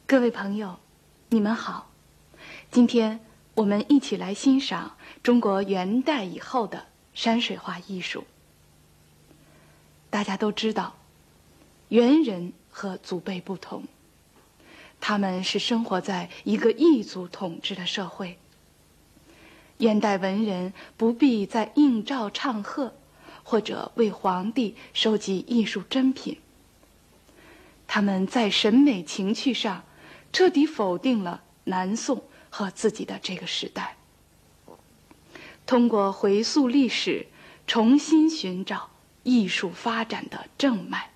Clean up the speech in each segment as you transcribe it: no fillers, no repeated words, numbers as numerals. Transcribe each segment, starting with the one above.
各位朋友，你们好。今天我们一起来欣赏中国元代以后的山水画艺术。大家都知道，元人和祖辈不同，他们是生活在一个异族统治的社会。元代文人不必再应召唱和，或者为皇帝收集艺术珍品。他们在审美情趣上彻底否定了南宋和自己的这个时代，通过回溯历史，重新寻找艺术发展的正脉。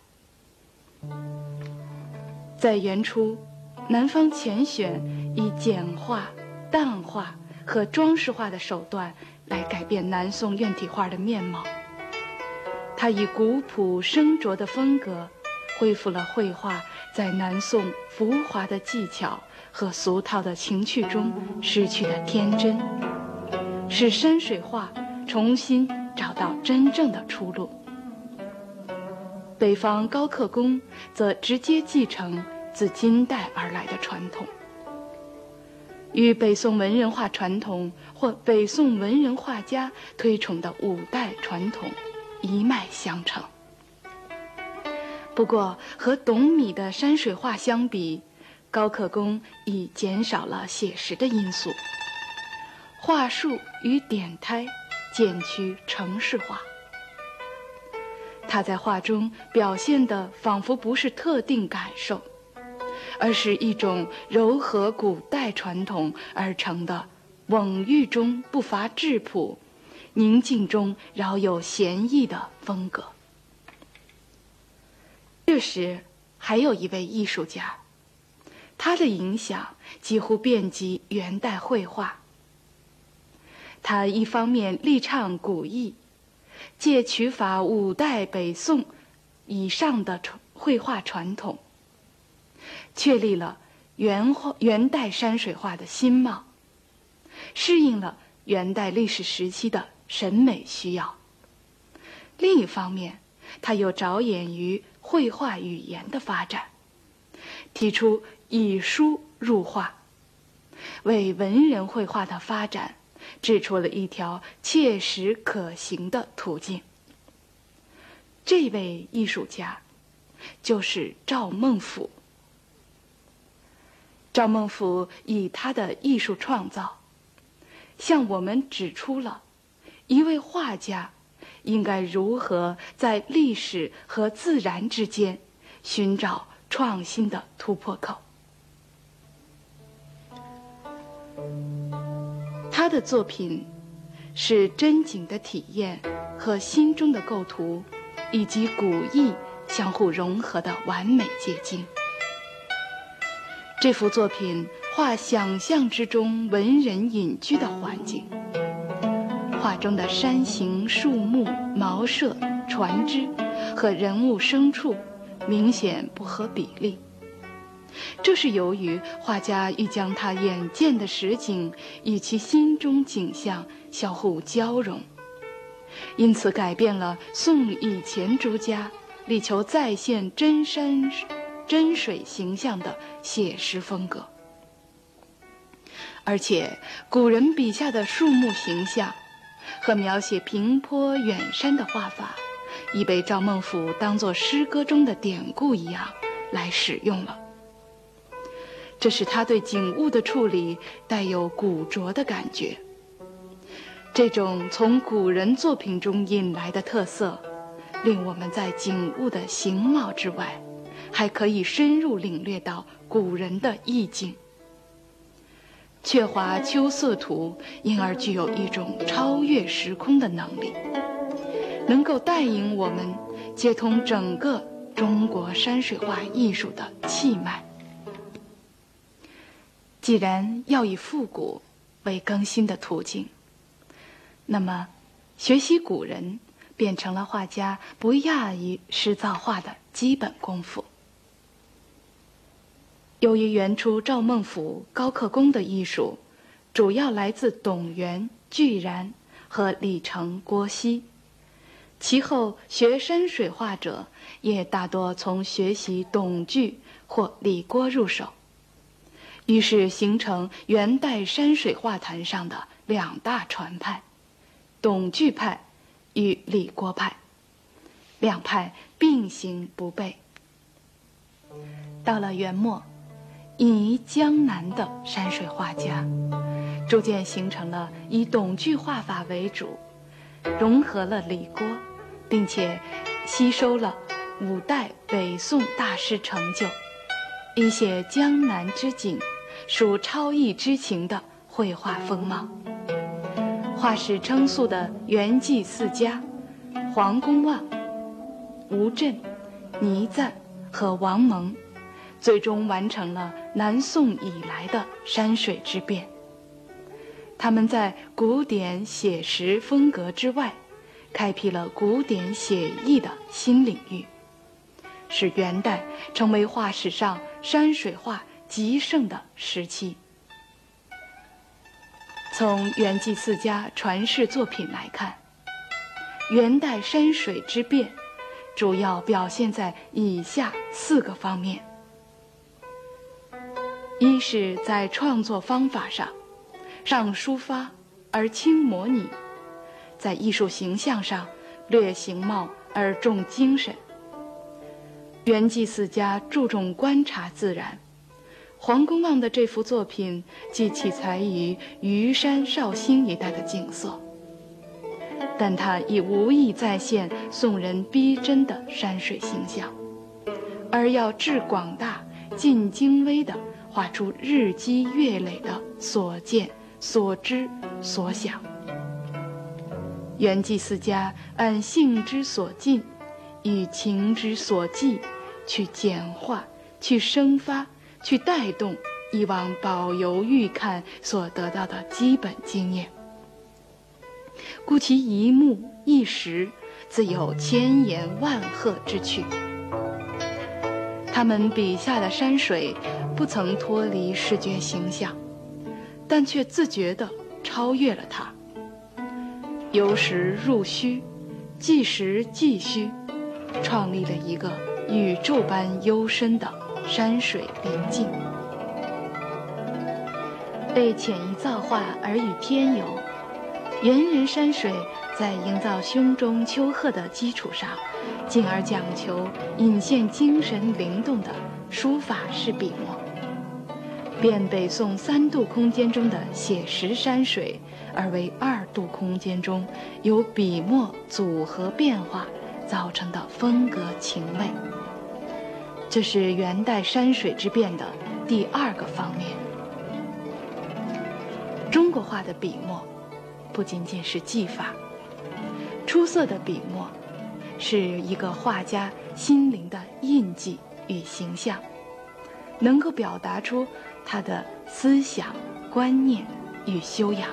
在元初，南方乾选以简化、淡化和装饰化的手段来改变南宋院体画的面貌。他以古朴生拙的风格恢复了绘画在南宋浮华的技巧和俗套的情趣中失去的天真，使山水画重新找到真正的出路。北方高克宫则直接继承自金代而来的传统，与北宋文人画传统或北宋文人画家推崇的五代传统一脉相承。不过和董米的山水画相比，高克宫已减少了写实的因素，画术与点胎渐趋程式化。他在画中表现的仿佛不是特定感受，而是一种糅合古代传统而成的蓊郁中不乏质朴，宁静中饶有闲逸的风格。这时还有一位艺术家，他的影响几乎遍及元代绘画。他一方面力倡古意，借取法五代北宋以上的绘画传统，确立了元代山水画的新貌，适应了元代历史时期的审美需要。另一方面，他又着眼于绘画语言的发展，提出以书入画，为文人绘画的发展指出了一条切实可行的途径。这位艺术家就是赵孟頫。赵孟頫以他的艺术创造，向我们指出了一位画家应该如何在历史和自然之间寻找创新的突破口。他的作品是真景的体验和心中的构图以及古意相互融合的完美结晶。这幅作品画想象之中文人隐居的环境，画中的山形、树木、茅舍、船只和人物牲畜明显不合比例，这是由于画家欲将他眼见的实景与其心中景象相互交融，因此改变了宋以前诸家力求再现真山真水形象的写实风格。而且古人笔下的树木形象和描写平坡远山的画法，已被赵孟頫当作诗歌中的典故一样来使用了。这使他对景物的处理带有古拙的感觉。这种从古人作品中引来的特色，令我们在景物的形貌之外，还可以深入领略到古人的意境。阙华秋色图因而具有一种超越时空的能力，能够带领我们接通整个中国山水画艺术的气脉。既然要以复古为更新的途径，那么学习古人变成了画家不亚于诗造画的基本功夫。由于元初赵孟頫、高克宫的艺术主要来自董源、巨然和李成、郭熙，其后学山水画者也大多从学习董巨或李郭入手。 于是形成元代山水画坛上的两大传派，董巨派与李郭派，两派并行不悖。到了元末，隐于江南的山水画家逐渐形成了以董巨画法为主，融合了李郭，并且吸收了五代北宋大师成就，以写江南之景，属超逸之情的绘画风貌。画史称述的元济四家黄公望、吴镇、倪瓒和王蒙，最终完成了南宋以来的山水之变。他们在古典写实风格之外，开辟了古典写意的新领域，使元代成为画史上山水画极盛的时期。从元济四家传世作品来看，元代山水之变主要表现在以下4个方面：一是在创作方法上，上抒发而轻模拟；在艺术形象上，略形貌而重精神。元济四家注重观察自然，黄公望的这幅作品既取材于虞山绍兴一带的景色，但它亦无意再现宋人逼真的山水形象，而要致广大、尽精微地画出日积月累的所见、所知、所想。元济四家按性之所近与情之所寄，去简化、去生发、去带动以往保游预看所得到的基本经验，故其一目一时自有千言万壑之趣。他们笔下的山水不曾脱离视觉形象，但却自觉地超越了它，由实入虚，即实即虚，创立了一个宇宙般幽深的山水临境。被潜移造化而与天游，元人山水在营造胸中丘壑的基础上，进而讲求引现精神灵动的书法式笔墨，变北宋3度空间中的写实山水，而为2度空间中由笔墨组合变化造成的风格情味。这是元代山水之变的第2个方面。中国画的笔墨不仅仅是技法，出色的笔墨是一个画家心灵的印记与形象，能够表达出他的思想、观念与修养。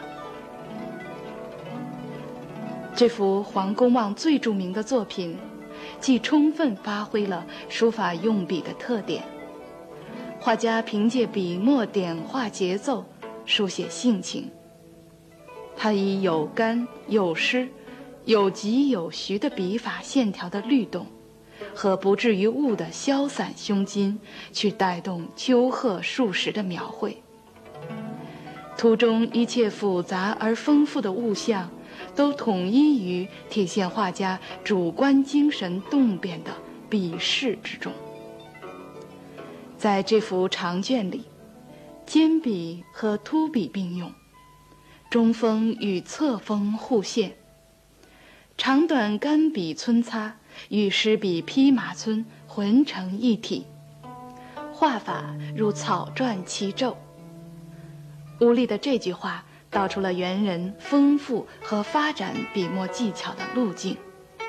这幅黄公望最著名的作品，既充分发挥了书法用笔的特点，画家凭借笔墨点画节奏书写性情，他以有干有湿、有急有徐的笔法线条的律动和不至于物的消散胸襟，去带动丘壑数十的描绘。图中一切复杂而丰富的物象，都统一于体现画家主观精神动变的笔势之中。在这幅长卷里，尖笔和凸笔并用，中锋与侧锋互现，长短干笔皴擦与湿笔披马皴浑成一体，画法如草篆齐骤。吴俐的这句话道出了元人丰富和发展笔墨技巧的路径。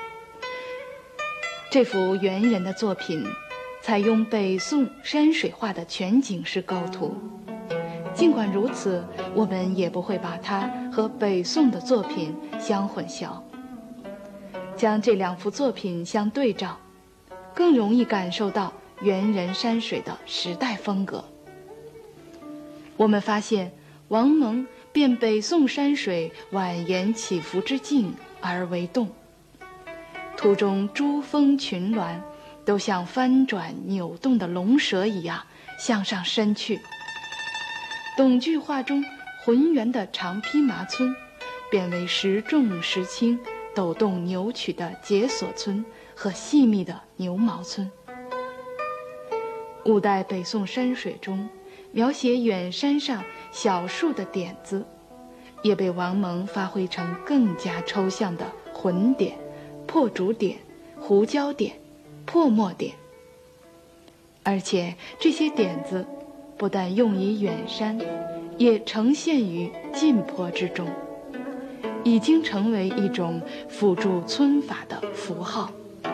这幅元人的作品采用北宋山水画的全景式构图，尽管如此，我们也不会把它和北宋的作品相混淆。将这2幅作品相对照，更容易感受到元人山水的时代风格。我们发现王蒙变北宋山水蜿蜒起伏之境而为动，图中珠峰群峦都像翻转扭动的龙蛇一样向上伸去， 董巨画中浑圆的长披麻村，变为时重时轻、抖动扭曲的解锁村和细密的牛毛村。五代北宋山水中描写远山上小树的点子，也被王蒙发挥成更加抽象的混点、破竹点、胡椒点、破墨点。而且这些点子不但用于远山，也呈现于近坡之中，已经成为一种辅助皴法的符号。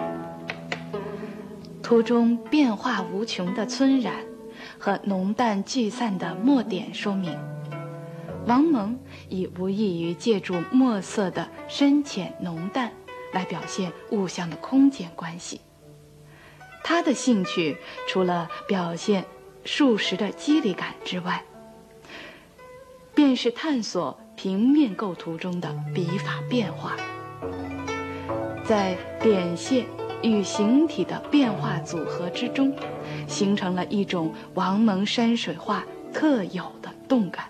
图中变化无穷的皴染和浓淡聚散的墨点说明，王蒙已无异于借助墨色的深浅浓淡来表现物象的空间关系。他的兴趣除了表现数实的肌理感之外，便是探索平面构图中的笔法变化，在点线与形体的变化组合之中，形成了一种王蒙山水画特有的动感。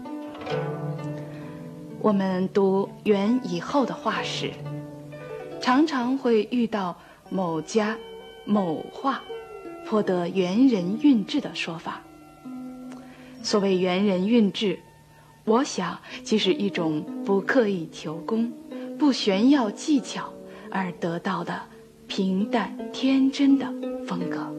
我们读元以后的画史，常常会遇到某家某画颇得元人韵致的说法。所谓元人韵致，我想即是一种不刻意求工、不炫耀技巧而得到的平淡天真的风格。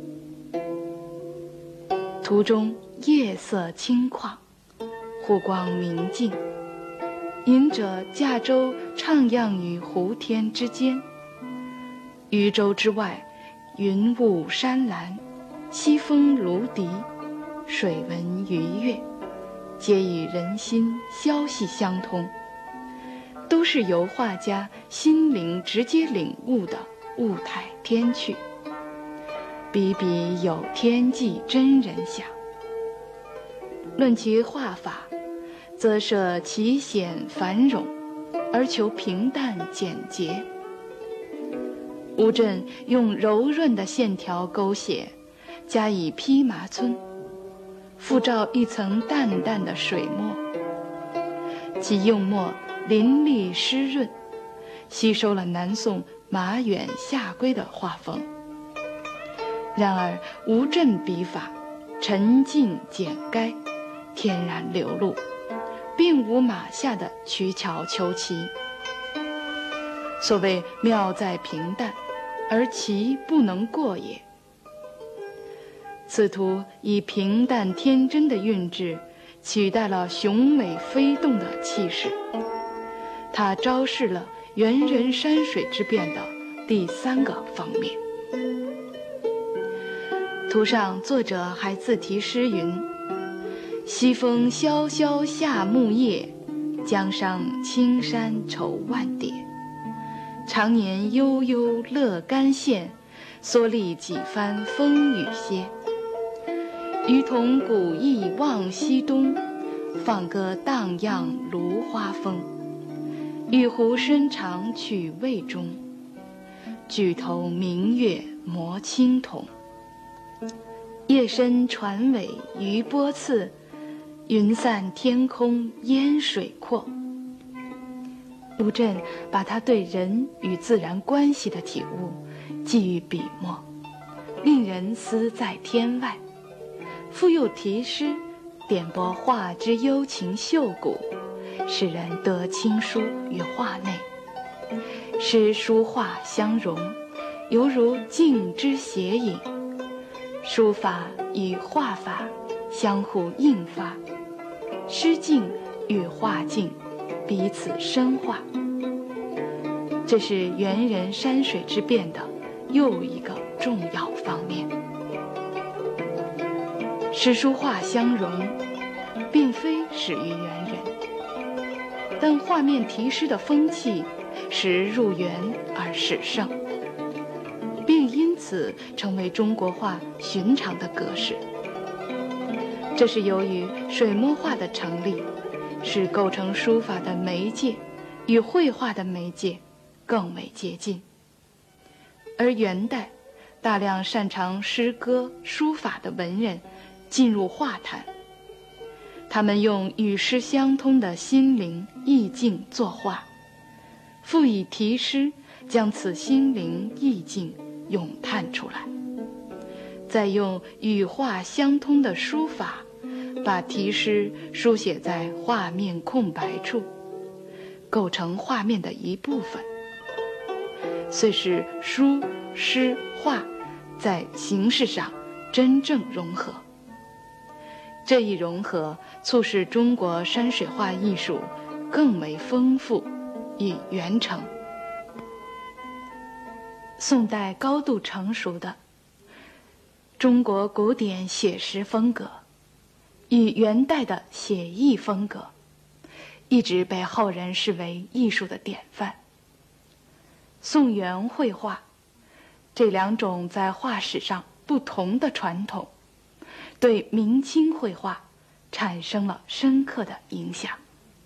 图中夜色清旷，湖光明净，隐者驾舟徜徉于湖天之间，渔舟之外，云雾山岚，西风芦笛，水闻鱼跃，皆与人心消息相通，都是由画家心灵直接领悟的物态天趣，笔笔有天际真人想。论其画法，则舍奇险繁冗，而求平淡简洁。吴镇用柔润的线条勾写，加以披麻皴，复照一层淡淡的水墨，其用墨淋漓湿润，吸收了南宋马远、夏圭的画风。然而吴镇笔法沉静简该，天然流露，并无马下的取巧求奇。所谓妙在平淡，而其不能过也。此图以平淡天真的韵致取代了雄伟飞动的气势，它昭示了元人山水之变的第三个方面。图上作者还自题诗云：西风萧萧夏木叶，江上青山愁万叠。常年悠悠乐干线，蓑笠几番风雨歇。渔童古意望西东，放歌荡漾芦花风。玉壶深长曲味中，举头明月磨青铜。夜深船尾余波次，云散天空烟水阔。吴镇把他对人与自然关系的体悟寄予笔墨，令人思在天外，复又题诗点拨画之幽情秀骨，使人得亲疏于画内，诗书画相融，犹如镜之斜影，书法与画法相互映发，诗境与画境彼此深化。这是元人山水之变的又一个重要方面。诗书画相融，并非始于元人，但画面题诗的风气时入元而始盛，并因此成为中国画寻常的格式。这是由于水墨画的成立，使构成书法的媒介与绘画的媒介更为接近。而元代大量擅长诗歌书法的文人进入画坛， 他们用与诗相通的心灵意境作画，赋以题诗，将此心灵意境咏叹出来，再用与画相通的书法，把题诗书写在画面空白处，构成画面的一部分。虽是书、诗、画在形式上真正融合，这一融合促使中国山水画艺术更为丰富与圆成。宋代高度成熟的中国古典写实风格与元代的写意风格，一直被后人视为艺术的典范。宋元绘画这两种在画史上不同的传统，对明清绘画产生了深刻的影响。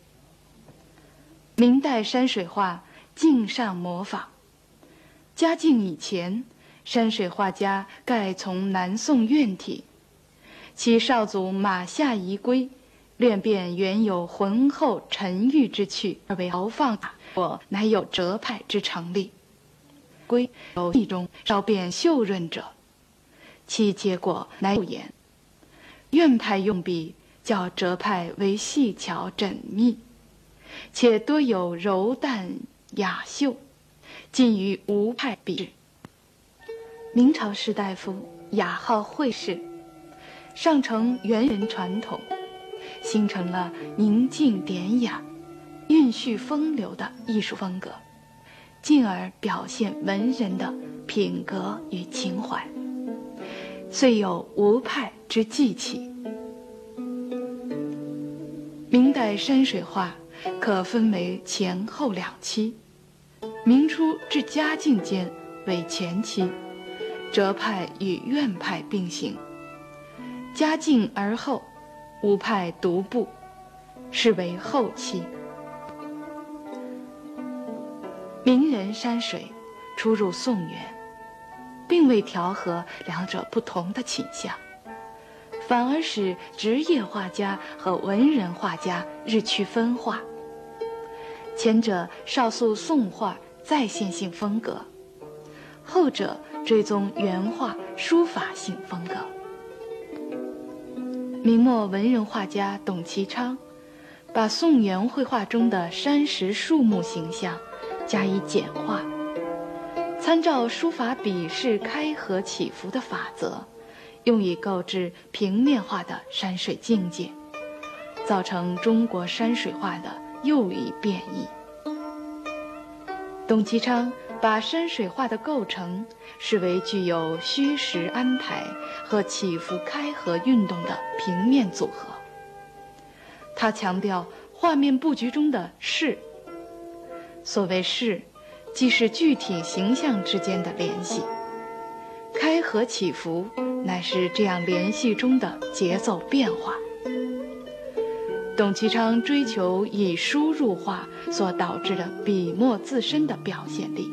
明代山水画尽善模仿，嘉靖以前，山水画家盖从南宋院体，其少祖马夏遗归，略变原有浑厚沉郁之趣，而为豪放我乃有折派之成立。归有意中稍变秀润者，其结果乃不言。院派用笔较折派为细巧缜密，且多有柔淡雅秀，近于吴派笔致。明朝士大夫雅好绘事，上承元人传统，形成了宁静典雅、蕴蓄风流的艺术风格，进而表现文人的品格与情怀，虽有吴派之气气。明代山水画可分为前后两期，明初至嘉靖间为前期，折派与院派并行，嘉靖而后吴派独步，是为后期。明人山水出入宋元，并未调和两者不同的倾向，反而使职业画家和文人画家日趋分化。前者少塑宋画再现性风格，后者追踪原画书法性风格。明末文人画家董其昌把宋元绘画中的山石树木形象加以简化，参照书法笔势开合起伏的法则，用以构制平面化的山水境界，造成中国山水画的又一变异。董其昌把山水画的构成视为具有虚实安排和起伏开合运动的平面组合。他强调画面布局中的势，所谓势，即是具体形象之间的联系，开合起伏乃是这样联系中的节奏变化。董其昌追求以书入画所导致的笔墨自身的表现力，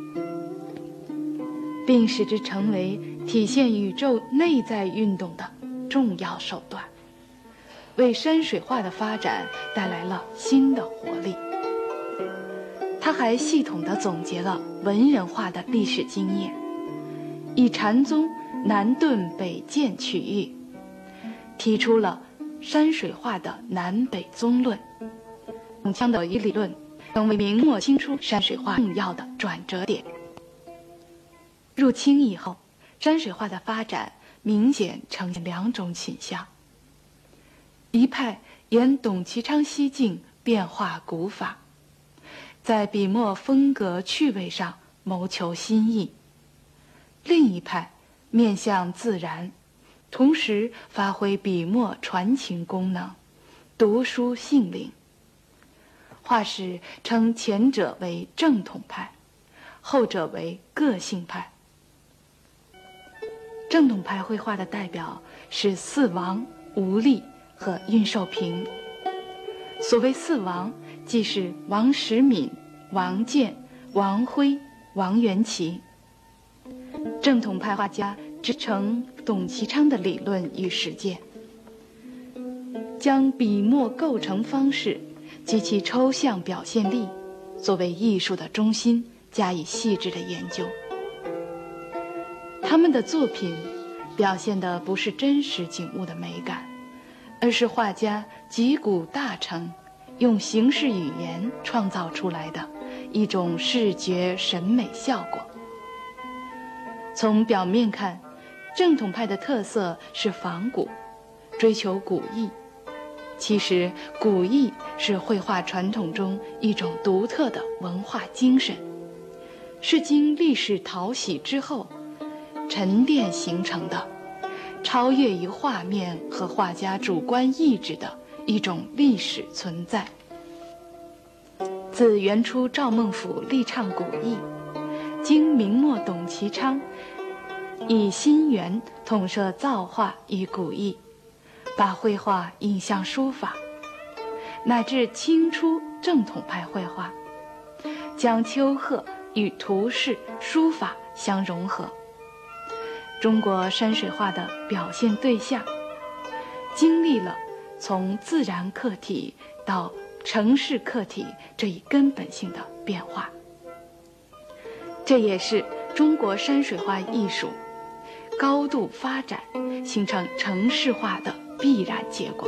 并使之成为体现宇宙内在运动的重要手段，为山水画的发展带来了新的活力。他还系统地总结了文人画的历史经验，以禅宗南顿北渐取喻，提出了山水画的南北宗论。董其昌的一理论成为明末清初山水画重要的转折点。入清以后，山水画的发展明显呈现两种倾向：一派沿董其昌西径变化古法，在笔墨风格趣味上谋求新意；另一派面向自然，同时发挥笔墨传情功能，读书性灵。画史称前者为正统派，后者为个性派。正统派绘画的代表是四王、吴俐和윤寿平。所谓四王，即是王时敏、王建、王辉、王元祁。正统派画家支撑董其昌的理论与实践， 将笔墨构成方式及其抽象表现力作为艺术的中心加以细致的研究。他们的作品表现的不是真实景物的美感，而是画家集古大成，用形式语言创造出来的一种视觉审美效果。从表面看，正统派的特色是仿古，追求古意。其实古意是绘画传统中一种独特的文化精神，是经历史淘洗之后沉淀形成的，超越于画面和画家主观意志的一种历史存在。自元初赵孟頫力倡古意，经明末董其昌以心源统摄造画与古意，把绘画引向书法，乃至清初正统派绘画，将丘壑与图式书法相融合。中国山水画的表现对象经历了从自然客体到城市客体这一根本性的变化，这也是中国山水画艺术高度发展形成城市化的必然结果。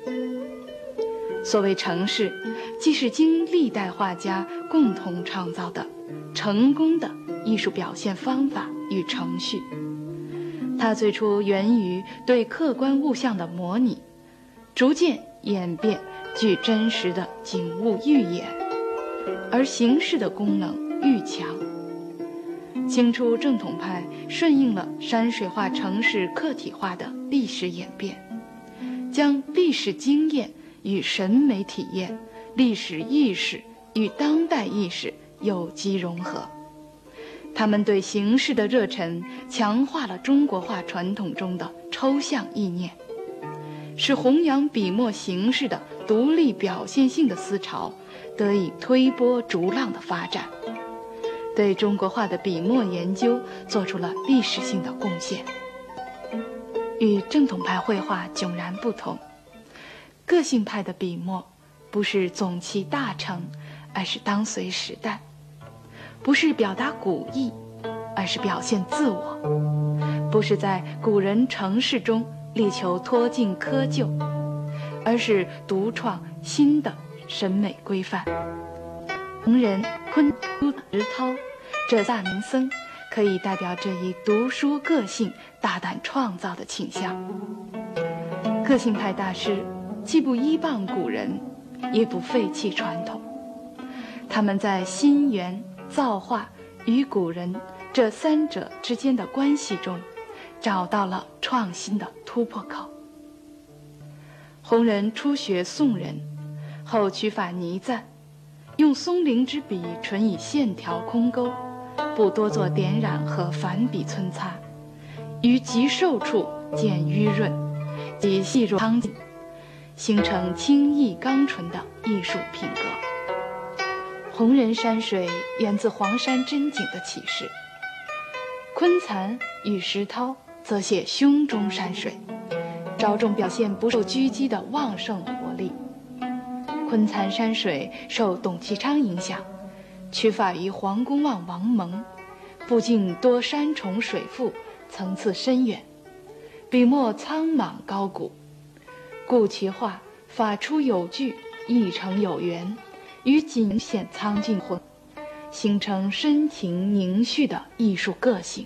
所谓城市，既是经历代画家共同创造的成功的艺术表现方法与程序。它最初源于对客观物象的模拟，逐渐演变具真实的景物预演，而形式的功能愈强。清初正统派顺应了山水画城市客体化的历史演变，将历史经验与审美体验、历史意识与当代意识有机融合。他们对形式的热忱强化了中国画传统中的抽象意念，使弘扬笔墨形式的独立表现性的思潮得以推波逐浪的发展，对中国画的笔墨研究做出了历史性的贡献。与正统派绘画迥然不同，个性派的笔墨不是总其大成，而是当随时代；不是表达古意，而是表现自我；不是在古人城市中力求脱尽窠臼，而是独创新的审美规范。弘仁、昆都、石涛这大名僧，可以代表这一读书个性大胆创造的倾向。个性派大师既不依傍古人，也不废弃传统，他们在心源、造化与古人这三者之间的关系中，找到了创新的突破口。弘仁初学宋人，后取法倪瓒，用松林之笔纯以线条空勾，不多做点染和反笔皴擦，于极瘦处见淤润，及细若苍劲，形成清逸刚纯的艺术品格。弘仁山水源自黄山真景的启示，昆蚕与石涛则写胸中山水，着重表现不受拘羁的旺盛活力。昆蚕山水受董其昌影响，取法于黄公望王蒙，附近多山重水复，层次深远，笔墨苍莽高古，故其画法出有据，意成有缘，与景显苍劲混，形成深情凝蓄的艺术个性。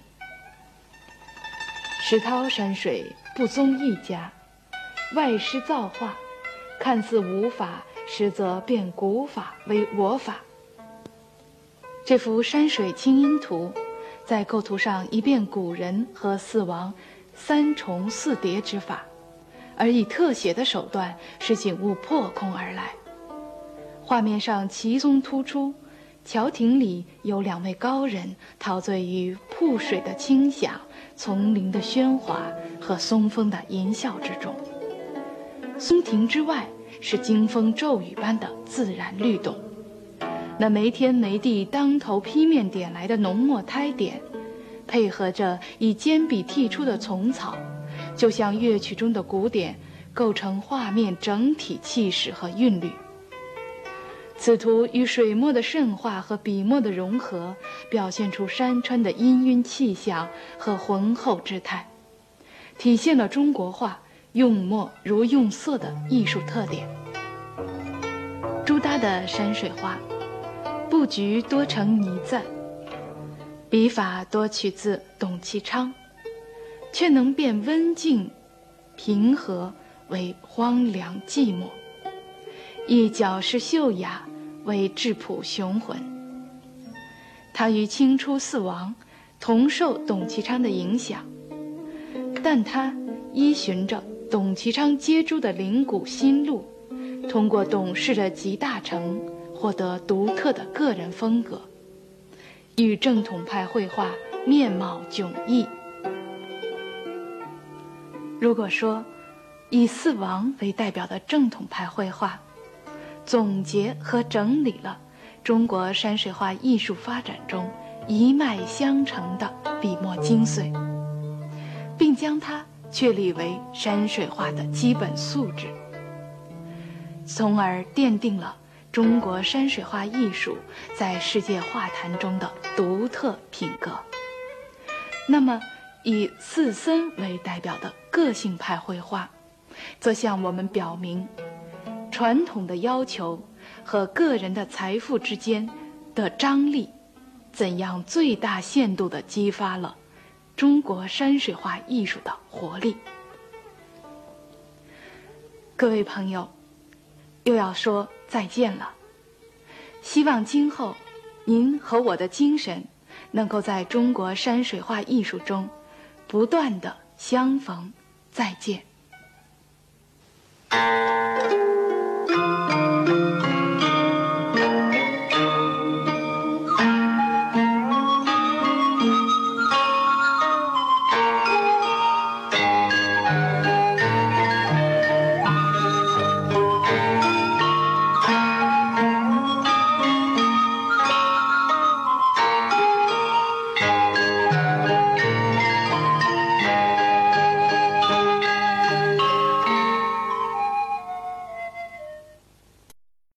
石涛山水不宗一家，外施造化，看似无法，实则变古法为我法。这幅山水清音图在构图上一变古人和四王三重四叠之法，而以特写的手段使景物破空而来。画面上奇松突出，桥亭里有两位高人陶醉于瀑水的清响、丛林的喧哗和松风的吟啸之中。松亭之外是惊风骤雨般的自然律动，那没天没地当头劈面点来的浓墨胎点，配合着以尖笔剔出的丛草，就像乐曲中的鼓点构成画面整体气势和韵律。此图与水墨的渗化和笔墨的融合，表现出山川的氤氲气象和浑厚之态，体现了中国画用墨如用色的艺术特点。朱耷的山水画，布局多呈泥赞，笔法多取自董其昌，却能变温静平和为荒凉寂寞，以矫饰秀雅为质朴雄浑。他与清初四王同受董其昌的影响，但他依循着董其昌接诸的灵谷心路，通过董氏的集大成，获得独特的个人风格，与正统派绘画面貌迥异。如果说以四王为代表的正统派绘画，总结和整理了中国山水画艺术发展中一脉相承的笔墨精髓，并将它确立为山水画的基本素质，从而奠定了中国山水画艺术在世界画坛中的独特品格。那么以四僧为代表的个性派绘画，则向我们表明传统的要求和个人的财富之间的张力，怎样最大限度地激发了中国山水画艺术的活力。各位朋友，又要说再见了，希望今后您和我的精神能够在中国山水画艺术中不断地相逢再见。